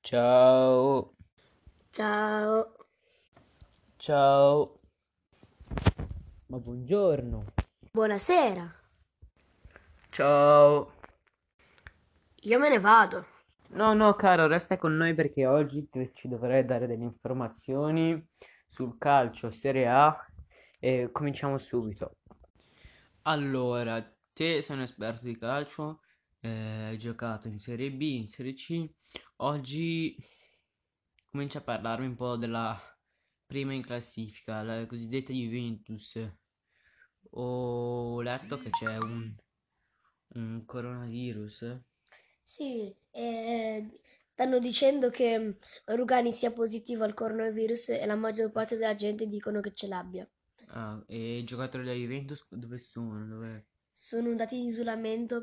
Ciao, Ciao, ciao, ma buongiorno. buonasera. Ciao. Io me ne vado. No, no, caro, resta con noi perché oggi ci dovrai dare delle informazioni sul calcio Serie A e cominciamo subito. Allora, te sei un esperto di calcio, hai giocato in Serie B, in Serie C. Oggi comincia a parlarmi un po' della prima in classifica, la cosiddetta Juventus. Ho letto che c'è un coronavirus. Sì, stanno dicendo che Rugani sia positivo al coronavirus e la maggior parte della gente dicono che ce l'abbia. Ah, e i giocatori della Juventus dove sono? Dove... Sono andati in isolamento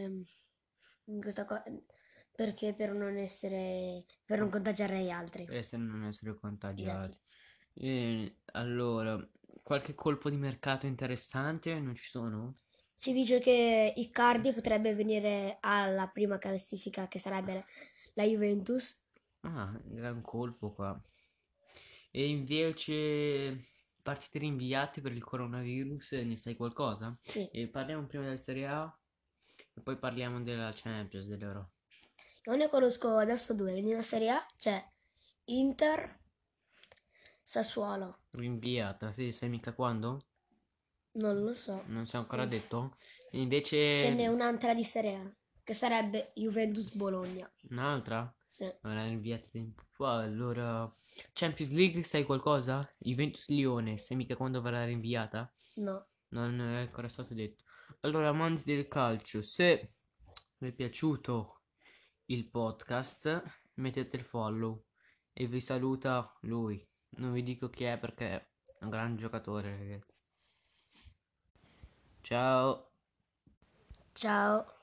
perché per non contagiare gli altri. Per essere non essere Esatto. contagiati. E allora, qualche colpo di mercato interessante? Non ci sono? Si dice che Icardi potrebbe venire alla prima classifica che sarebbe la Juventus. Ah, gran colpo qua. E invece partite rinviate per il coronavirus, ne sai qualcosa? Sì. E parliamo prima della Serie A e poi parliamo della Champions, dell'Euro. Io ne conosco adesso due, quindi in Serie A c'è Inter, Sassuolo, Rinviata, sì, sai mica quando? non lo so. Non si è ancora Sì. detto? E Ce n'è invece un'altra di Serie A, che sarebbe Juventus Bologna. un'altra? Sì. Non è rinviata tempo fa. Allora, Champions League, sai qualcosa? Juventus Lione, sai mica quando verrà rinviata? No. Non è ancora stato detto. Allora, amanti del calcio, se vi è piaciuto il podcast, mettete il follow e vi saluta lui. Non vi dico chi è perché è un gran giocatore, ragazzi. Ciao. Ciao.